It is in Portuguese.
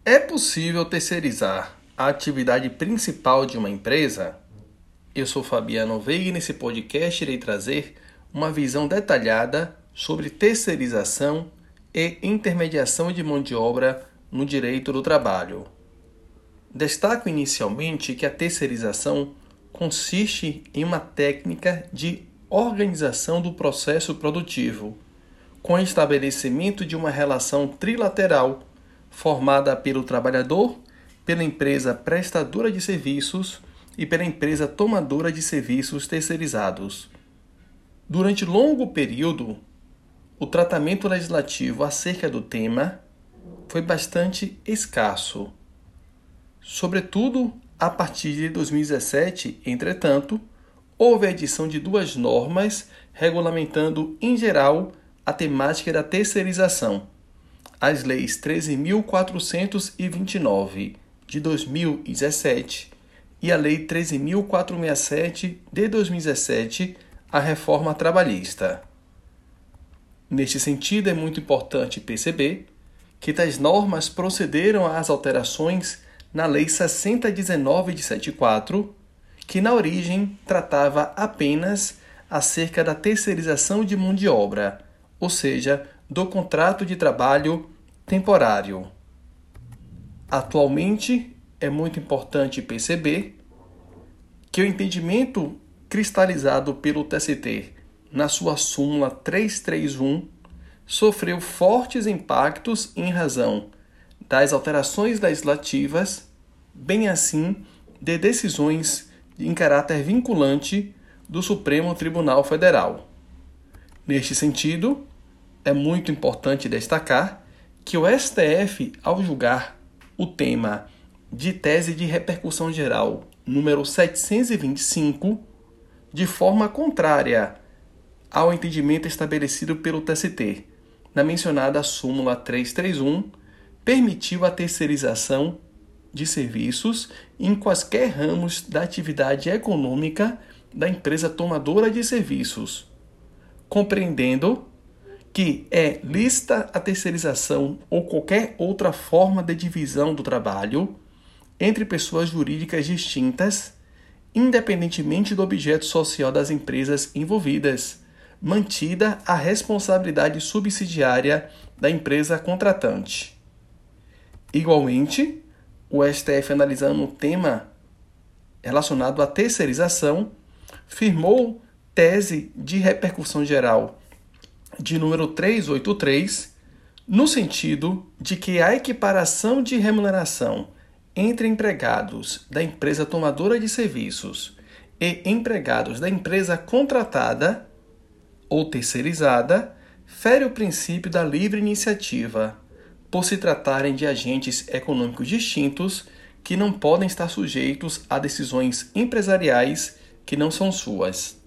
É possível terceirizar a atividade principal de uma empresa? Eu sou Fabiano Veiga e nesse podcast irei trazer uma visão detalhada sobre terceirização e intermediação de mão de obra no direito do trabalho. Destaco inicialmente que a terceirização consiste em uma técnica de organização do processo produtivo, com estabelecimento de uma relação trilateral formada pelo trabalhador, pela empresa prestadora de serviços e pela empresa tomadora de serviços terceirizados. Durante longo período, o tratamento legislativo acerca do tema foi bastante escasso. Sobretudo, a partir de 2017, entretanto, houve a edição de 2 normas regulamentando, em geral, a temática da terceirização. As leis 13.429 de 2017 e a lei 13.467 de 2017, a reforma trabalhista. Neste sentido, é muito importante perceber que tais normas procederam às alterações na lei 6019 de 74, que na origem tratava apenas acerca da terceirização de mão de obra, ou seja, do contrato de trabalho temporário. Atualmente, é muito importante perceber que o entendimento cristalizado pelo TST na sua súmula 331 sofreu fortes impactos em razão das alterações legislativas, bem assim de decisões em caráter vinculante do Supremo Tribunal Federal. Neste sentido, é muito importante destacar que o STF, ao julgar o tema de tese de repercussão geral número 725, de forma contrária ao entendimento estabelecido pelo TST, na mencionada súmula 331, permitiu a terceirização de serviços em quaisquer ramos da atividade econômica da empresa tomadora de serviços, compreendendo que é lícita a terceirização ou qualquer outra forma de divisão do trabalho entre pessoas jurídicas distintas, independentemente do objeto social das empresas envolvidas, mantida a responsabilidade subsidiária da empresa contratante. Igualmente, o STF, analisando o tema relacionado à terceirização, firmou tese de repercussão geral de número 383, no sentido de que a equiparação de remuneração entre empregados da empresa tomadora de serviços e empregados da empresa contratada ou terceirizada fere o princípio da livre iniciativa, por se tratarem de agentes econômicos distintos que não podem estar sujeitos a decisões empresariais que não são suas.